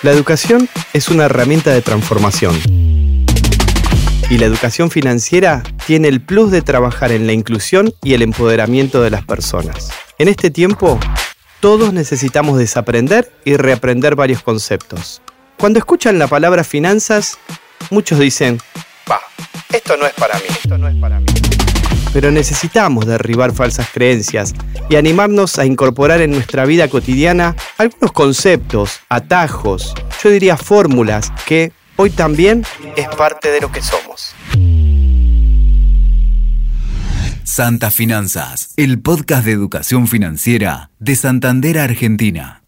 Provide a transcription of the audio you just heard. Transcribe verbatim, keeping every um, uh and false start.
La educación es una herramienta de transformación. Y la educación financiera tiene el plus de trabajar en la inclusión y el empoderamiento de las personas. En este tiempo, todos necesitamos desaprender y reaprender varios conceptos. Cuando escuchan la palabra finanzas, muchos dicen, bah, esto no es para mí, esto no es para mí. Pero necesitamos derribar falsas creencias y animarnos a incorporar en nuestra vida cotidiana algunos conceptos, atajos, yo diría fórmulas, que hoy también es parte de lo que somos. Santa Finanzas, el podcast de educación financiera de Santander, Argentina.